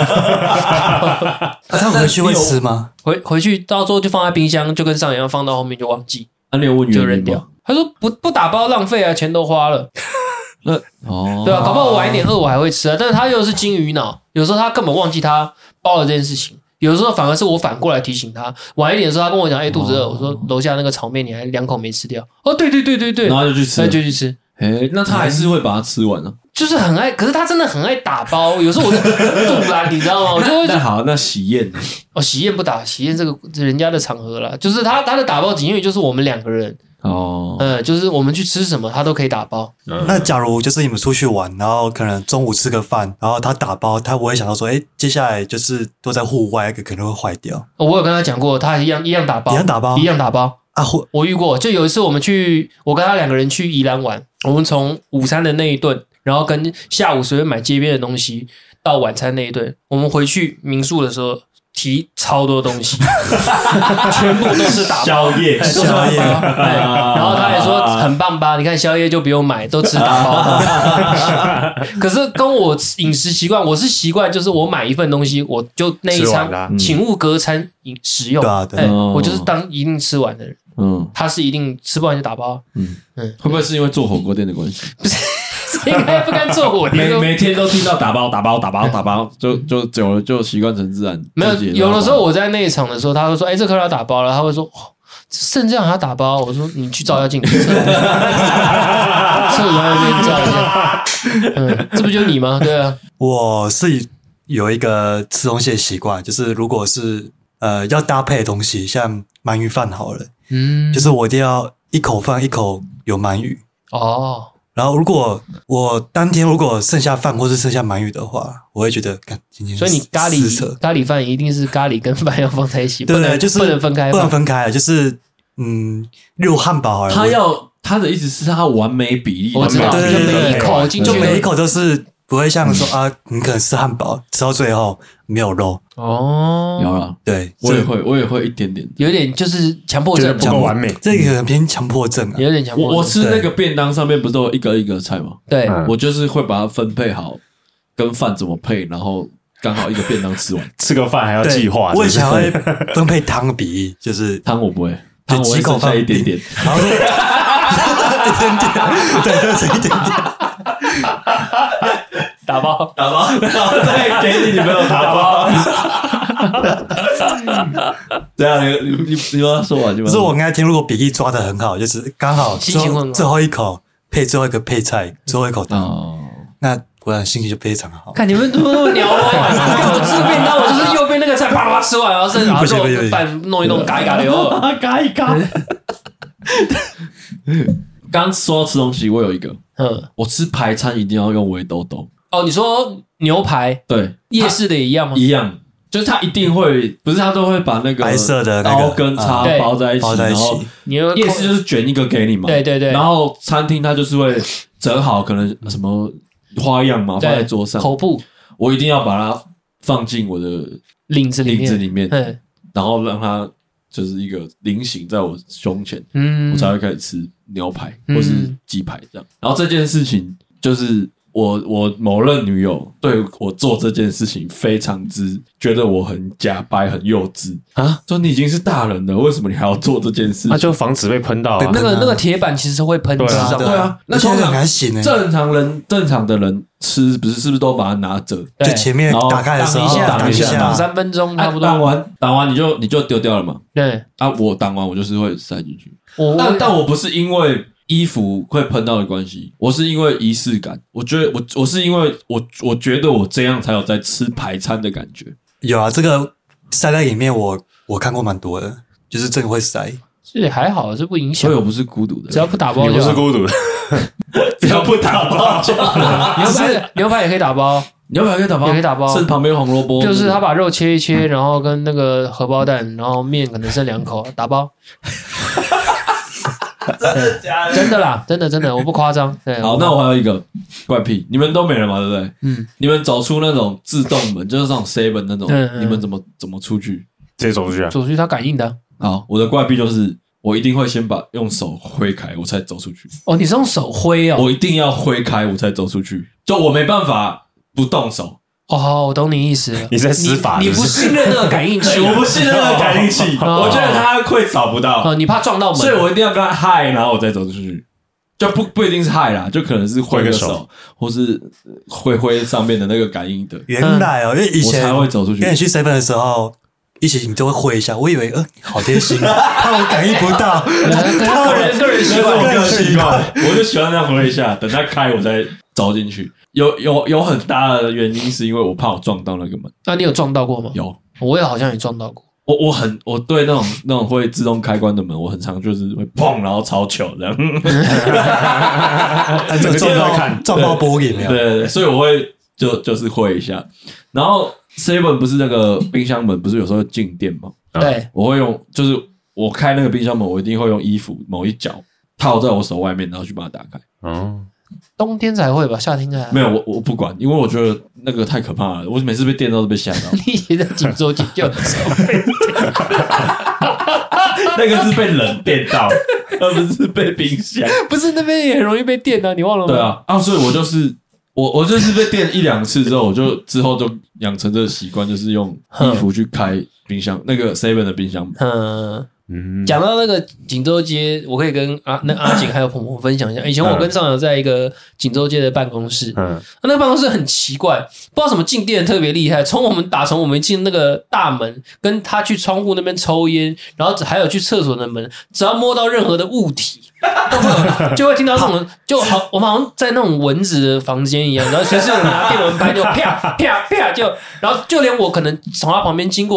他回去会吃吗？ 回去到时候就放在冰箱，就跟上一样放到后面就忘记。 你有问就扔掉。他说不打包浪费啊，钱都花了。对啊，搞不好我晚一点饿我还会吃啊。但是他又是金鱼脑，有时候他根本忘记他包了这件事情。有时候反而是我反过来提醒他，晚一点的时候他跟我讲，肚子饿，我说楼下那个炒面你还2口没吃掉。对， 然后就去吃， 那他还是会把它吃完啊。 就是很爱，可是他真的很爱打包。有时候我就堵然，你知道吗？我就会那好，那喜宴喜宴不打，喜宴这个人家的场合啦，就是他的打包仅限于就是我们2个人。就是我们去吃什么，他都可以打包。 那假如就是你们出去玩，然后可能中午吃个饭，然后他打包，他不会想到说，接下来就是都在户外，可能会坏掉。 我有跟他讲过，他一样打包啊。我遇过，就有一次我跟他2个人去宜兰玩，我们从午餐的那一顿，然后跟下午随便买街边的东西，到晚餐那一顿，我们回去民宿的时候。提超多东西，全部都是打包宵夜， 然后他还说很棒吧？你看宵夜就不用买，都吃打包。可是跟我饮食习惯，我是习惯就是我买一份东西，我就那一餐，请勿隔餐食用。我就是当一定吃完的人。他是一定吃不完就打包。 会不会是因为做火锅店的关系？ 不是。应该不敢做火店， 每天都听到打包，就久了就习惯成自然。 没有的时候我在那一场的时候，他会说：“这客人要打包了。”他会说：“剩这样还要打包？”我说：“你去照一下镜子，侧面照一下。”这不就你吗？对啊， 我是有一个吃东西的习惯，就是如果是要搭配的东西，像鳗鱼饭好了，就是我一定要一口饭一口有鳗鱼。 然后如果我当天如果剩下饭或是剩下鳗鱼的话，我会觉得今天所以你咖喱饭一定是咖喱跟饭要放在一起， 对，就是不能分开， 不能分开，就是例如汉堡好了， 他的意思是他完美比例， 我知道， 对， 每一口进去， 就每一口都是不会像说你可能吃汉堡吃到最后没有肉哦， 有了， 对， 我也会一点点， 有点就是强迫症， 不够完美， 这个可能偏强迫症， 有点强迫症。 我吃那个便当上面不是都有一个一个菜吗？ 对， 我就是会把它分配好，跟饭怎么配，然后刚好一个便当吃完， 吃个饭还要计划。 我以前会分配汤的比例，就是汤我不会，汤我会剩下一点点， 然后一点点，对，就是一点点。 打包， 然后再给你女朋友打包。对啊，你要说完就。 可是我刚才听，如果比例抓得很好，就是刚好最后一口配最后一个配菜，最后一口汤，那果然心情就非常好。 看你们怎么那么鸟我吃便当，我就是右边那个菜啪啪吃完，然后剩下肉饭弄一弄，嘎一嘎的， 嘎一嘎。刚说到吃东西，我有一个，我吃排餐一定要用围兜兜。 哦，你说牛排， 对， 夜市的也一样吗？ 一样，就是他一定会，不是他都会把那个白色的刀跟叉包在一起，然后夜市就是卷一个给你嘛， 对对对， 然后餐厅他就是会折好，可能什么花样嘛，放在桌上， 口部， 我一定要把它放进我的领子里面， 然后让它就是一个菱形在我胸前，我才会开始吃牛排或是鸡排这样。然后这件事情就是我某任女友对我做这件事情非常之觉得我很假掰很幼稚啊，说你已经是大人了，为什么你还要做这件事情？ 那就防止被喷到啊。 那个铁板其实会喷纸上， 对啊，那通常正常的人吃是不是都把它拿着， 就前面打开的时候挡一下，挡3分钟差不多， 挡完你就丢掉了嘛。 对啊， 我挡完我就是会塞进去，但我不是因为衣服会喷到的关系，我是因为仪式感。我觉得我是因为我觉得我这样才有在吃排餐的感觉。有啊，这个塞在里面我看过蛮多的，就是真的会塞。 这也还好，这不影响。 所以我不是孤独的， 只要不打包就好。 你不是孤独的， 只要不打包就好。 牛排也可以打包， 牛排可以打包， 也可以打包。 剩旁边红萝卜， 就是他把肉切一切，然后跟那个荷包蛋，然后面可能剩2口，打包。真的假的？真的啦，真的，我不夸张。对， 好，那我还有一个怪癖，你们都没了嘛，对不对？你们走出那种自动门，就是那种 7 那种，你们怎么出去？ 直接走出去啊？ 走出去，它感应的。 好，我的怪癖就是我一定会先把用手挥开，我才走出去。 哦，你是用手挥哦？ 我一定要挥开，我才走出去。就我没办法不动手。 哦，我懂你意思了。 你在施法， 你不信任那个感应器， 我不信任那个感应器，我觉得他会找不到。 你怕撞到门， 所以我一定要跟他嗨，然后我再走出去。就不一定是嗨啦，就可能是挥个手，或是挥上面的那个感应的。 原来哦，因为以前我才会走出去。 跟你去 7 的时候，一起你就会挥一下，我以为好贴心，怕我感应不到。 个人习惯，我就喜欢这样挥一下，等他开我再走进去。有很大的原因是因为我怕我撞到那个门。 那你有撞到过吗？ 有， 我也好像也撞到过。 我对那种会自动开关的门，我很常就是会砰，然后超糗这样。 这个撞到玻璃没有？ 对，所以我会就是挥一下。然后 7 不是那个冰箱门，不是有时候静电吗？ 对， 我会用，就是我开那个冰箱门，我一定会用衣服某一角套在我手外面，然后去把它打开。 冬天才会吧，夏天才没有。我不管，因为我觉得那个太可怕了。我每次被电到都被吓到。 你也在锦州街就那个是被冷电到，而不是被冰箱。 不是那边也很容易被电啊，你忘了吗？ 对啊，所以我就是我就是被电1-2次之后，我就之后就养成这个习惯，就是用衣服去开冰箱，那个 7 的冰箱。 讲到那个锦州街，我可以跟阿景还有鹏鹏分享一下。以前我跟上友在一个锦州街的办公室，那个办公室很奇怪，不知道什么静电特别厉害。从我们进那个大门，跟他去窗户那边抽烟，然后还有去厕所的门，只要摸到任何的物体，就会听到那种就好，我们好像在那种蚊子的房间一样，然后随时有拿电蚊拍就啪啪啪就，然后就连我可能从他旁边经过，我手不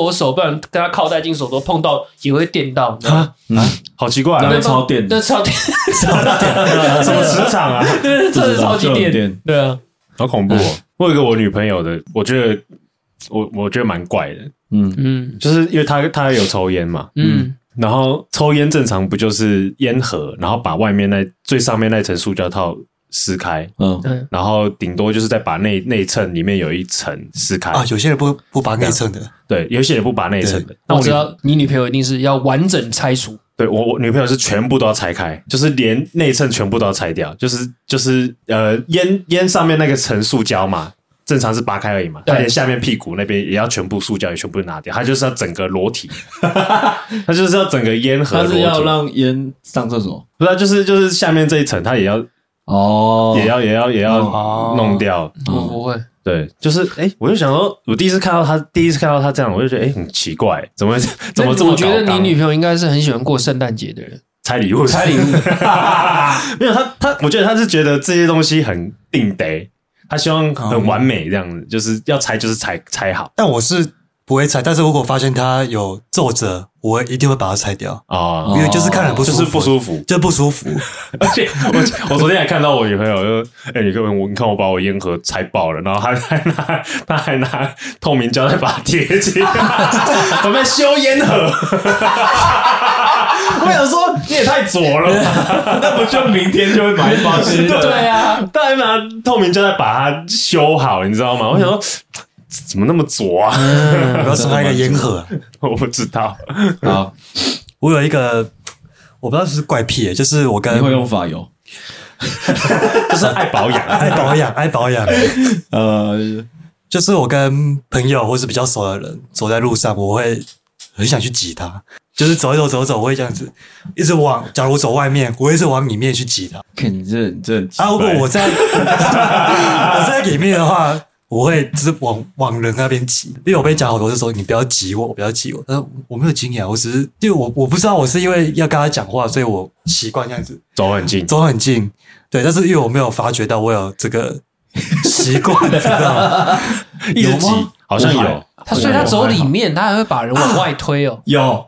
然跟他靠带进手肘碰到也会电到， 好奇怪， 那超电， 那超电， 什么磁场啊？ 真的超级电，对啊， 好恐怖哦！我有一个我女朋友的，我觉得蛮怪的，就是因为她有抽烟嘛，然后抽烟正常不就是烟盒，然后把外面最上面那层塑胶套撕开，然后顶多就是再把内衬里面有一层撕开啊。有些人不拔内衬的， 对，有些人不拔内衬的。 那我知道你女朋友一定是要完整拆除。 对，我女朋友是全部都要拆开，就是连内衬全部都要拆掉，就是烟上面那个层塑胶嘛，正常是扒开而已嘛，她连下面屁股那边也要全部塑胶也全部拿掉，她就是要整个裸体，她就是要整个烟盒裸体， 她是要让烟上厕所， 不是，就是下面这一层她也要也要弄掉， 我不会。 对，就是我就想说，我第一次看到他这样，我就觉得很奇怪，怎么这么我觉得你女朋友应该是很喜欢过圣诞节的人， 拆礼物，没有他，我觉得他是觉得这些东西很定得，他希望很完美这样子，就是要拆就是拆好。 但我是不会拆，但是如果发现它有皱褶，我一定会把它拆掉因为就是看着不舒服， 就是不舒服， 就不舒服。 而且我昨天还看到我女朋友就你看我把我烟盒拆爆了，然后他还拿透明胶带把它贴起来，我们在修烟盒。我想说你也太左了吧， 那不就明天就会买一包新的？ 对啊， 他还拿透明胶带把它修好，你知道吗？我想说。怎么那么左啊？ 不要伤害一个烟盒。 我不知道。 好， 我有一个，我不知道是怪癖，就是我跟你会用发油， 就是爱保养。 就是我跟朋友或是比较熟的人走在路上，我会很想去挤他。就是走一走，我会这样子一直假如我走外面，我会一直往里面去挤他。 你这如果我在里面的话。我会只是往人那边挤，因为我被讲好多次说你不要挤我，不要挤我。但是我没有经验，我只是因为我不知道我是因为要跟他讲话，所以我习惯这样子走很近。 对，但是因为我没有发觉到我有这个习惯，知道吗？ 一直挤，好像有。 所以他走里面，他还会把人往外推哦。 有。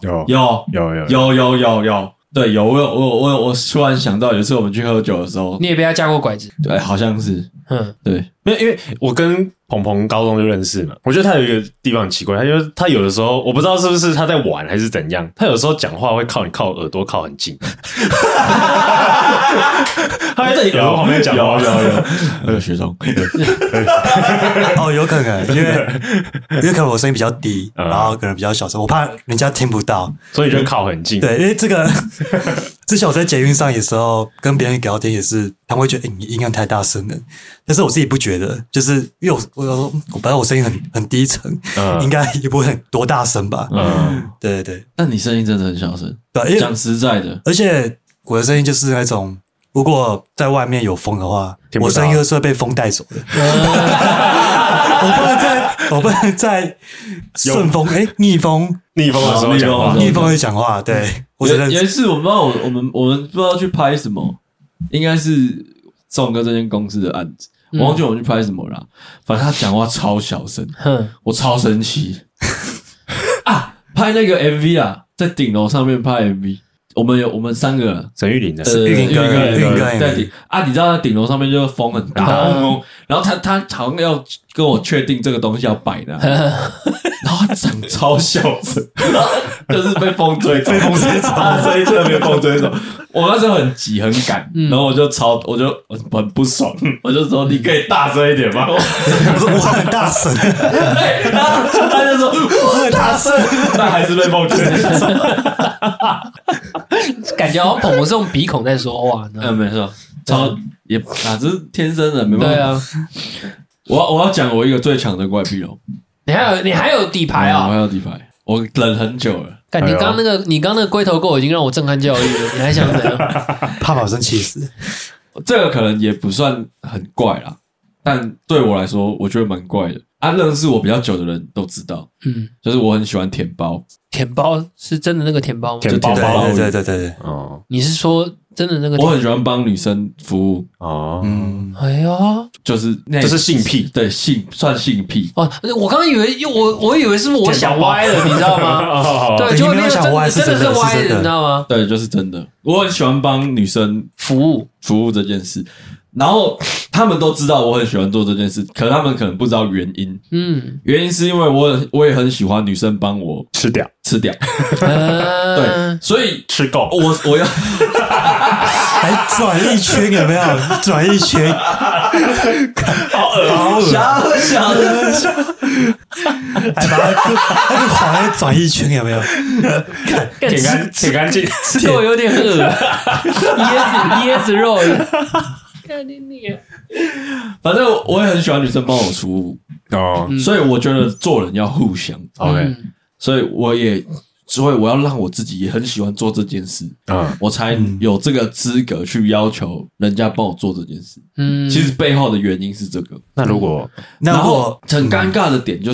对，有我突然想到，有一次我们去喝酒的时候， 你也被他架过拐子？ 对，好像是。对， 没有，因为我跟鹏高中就认识嘛，我觉得他有一个地方很奇怪，他有的时候我不知道是不是他在玩还是怎样，他有时候讲话会靠耳朵靠很近，他在这里耳朵旁边讲话， 有学生， 有可能，因为可能我声音比较低，然后可能比较小声，我怕人家听不到， 所以就靠很近。 对，因为这个之前我在捷运上的时候跟别人聊天也是，他们会觉得你音量太大声了，但是我自己不觉得，就是因为我本来我声音很低沉，应该也不会很多大声吧。对。 但你声音真的很小声， 对， 讲实在的， 而且我的声音就是那种，如果在外面有风的话，我声音是会被风带走的。我不能在顺风逆风的时候讲话， 逆风会讲话。对， 有一次我不知道我们不知道去拍什么，应该是宋哥这间公司的案子。我忘记我们去拍什么了，反正他讲话超小声，我超生气拍那个 MV 啊，在顶楼上面拍 MV， 我们三个沈玉琳的， 玉林哥在顶你知道在顶楼上面就风很大，然后他好像要跟我确定这个东西要摆的，然后他讲超小声，就是被风追走，这一侧被风追走。我那时候很急很赶，然后我就很不爽，我就说你可以大声一点吗？我说我很大声， 然后他就说我很大声，但还是被风追走。 感觉好像鹏是用鼻孔在说话呢。 没错，也这是天生的，没办法。 对啊， 我要讲我一个最强的怪癖哦。 你还有底牌啊？ 我还有底牌，我忍很久了。 你刚那个龟头垢已经让我震撼教育了，你还想怎样？ 怕把生气死。 这个可能也不算很怪啦，但对我来说，我觉得蛮怪的。认识我比较久的人都知道，就是我很喜欢舔包。 舔包是真的那个舔包吗？ 舔包包， 对。 你是说真的那个我很喜欢帮女生服务哦， 哎呦， 就是性癖， 对算性癖哦。我刚刚以为我以为是我想歪了，你知道吗？对，就没有想歪， 真的是歪的，你知道吗？ 对，就是真的。我很喜欢帮女生服务这件事。然后他们都知道我很喜欢做这件事，可他们可能不知道原因。原因是因为我也很喜欢女生帮我吃掉。 对，所以吃够。 我要还转一圈有没有？转一圈， 好恶小的， 还把那个黄转一圈有没有？ 舔干净， 吃够有点恶，椰子肉。看你， 反正我也很喜欢女生帮我服务哦，所以我觉得做人要互相 OK， 所以我要让我自己也很喜欢做这件事，我才有这个资格去要求人家帮我做这件事。其实背后的原因是这个。 那如果然后很尴尬的点就是，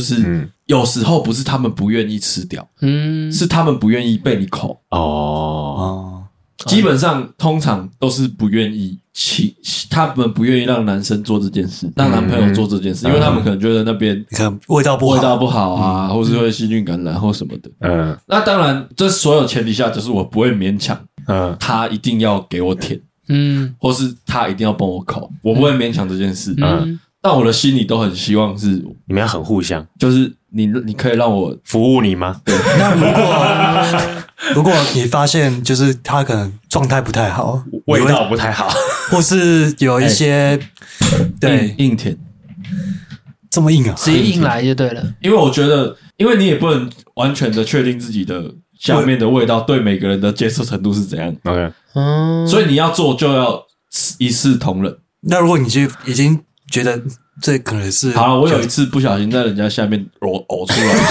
有时候不是他们不愿意吃掉，是他们不愿意被你口哦。 基本上通常都是不愿意，他们不愿意让男生做这件事，让男朋友做这件事，因为他们可能觉得那边可能味道不好啊，或是会细菌感染或什么的。那当然，这所有前提下，就是我不会勉强他一定要给我舔，或是他一定要帮我口，我不会勉强这件事。但我的心里都很希望是你们要很互相， 就是你可以让我服务你吗？ 对。那如果你发现就是他可能状态不太好， 味道不太好， 或是有一些对硬舔， 这么硬啊， 直接硬来就对了。 因为我觉得，因为你也不能完全的确定自己的下面的味道对每个人的接受程度是怎样。 OK， 所以你要做就要一视同仁。 那如果你就已经觉得这可能是好了，我有一次不小心在人家下面呕出来，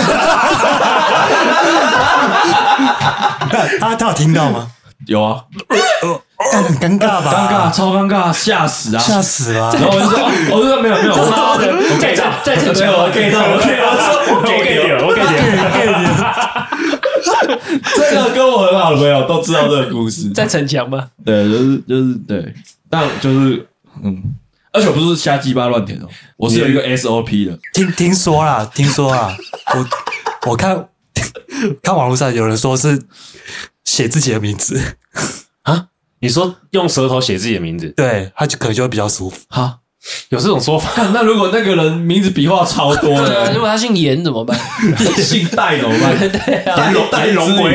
他有听到吗？ 有啊， 但很尴尬吧？ 尴尬，超尴尬，吓死啊！ 吓死了！ 然后我就说，我说没有， 我 get 到，再逞强， 我 get 到， 我 get 这个跟我很好的朋友都知道这个故事， 再逞强吧。 对，就是对，但就是而且我不是瞎鸡巴乱填哦，我是有一个 SOP 的。 听说啦，我看网络上有人说是写自己的名字啊？你说用舌头写自己的名字， 对，他就可能就会比较舒服。 哈， 有这种说法？ 那如果那个人名字笔画超多的， 如果他姓严怎么办？ 姓戴怎么办？ 对啊， 戴龙龟。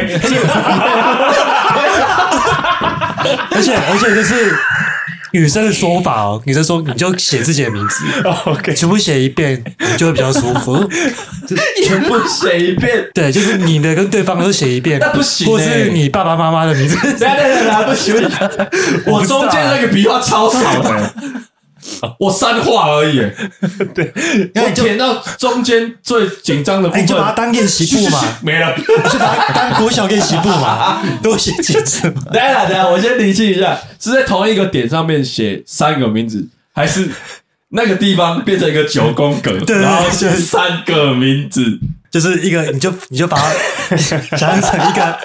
而且就是女生的说法哦，女生说你就写自己的名字 ，OK， 全部写一遍，你就会比较舒服。 全部写一遍， 对，就是你的跟对方都写一遍， 那不行， 或是你爸爸妈妈的名字， 对，不行，我中间那个笔画超少的。我3画而已， 对， 我填到中间最紧张的部分， 你就把它当练习簿嘛， 没了， 就把它当国小练习簿嘛，多写几次嘛。 等一下，我先理清一下，是在同一个点上面写3个名字，还是那个地方变成一个9宫格，然后写3个名字， 就是一个，你就把它想象成一个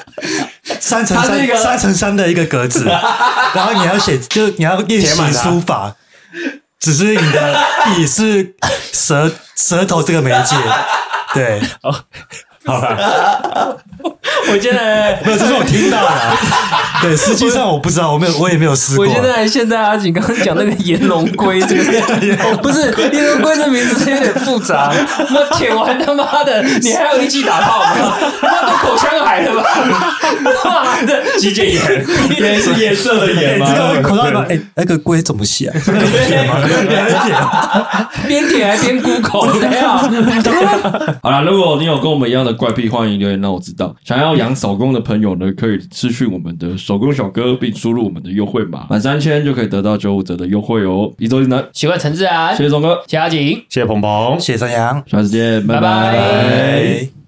3×3的一个格子，然后你要写，就你要练习书法。只是你的笔是舌头这个媒介，对， 好了， 我现在没有，这是我听到的，对，实际上我不知道，我也没有试过。 我现在阿景刚刚讲那个炎龙龟这个，不是炎龙龟这名字是有点复杂，那舔完他妈的，你还有力气打炮吗？那都口腔癌了吧？妈的， 肌腱炎， 也是颜色的颜吗？ 这个口罩吗？那个龟怎么写啊？这个舔吗？ 边舔还边鼓口， 好啦，如果你有跟我们一样的怪癖，欢迎留言让我知道。想要养手工的朋友呢，可以私讯我们的手工小哥，并输入我们的优惠码，满3000就可以得到95折的优惠哦。一周一男， 喜欢陈志安， 谢谢钟哥， 谢谢阿景， 谢谢鹏鹏， 谢谢张扬， 下次见，拜拜拜。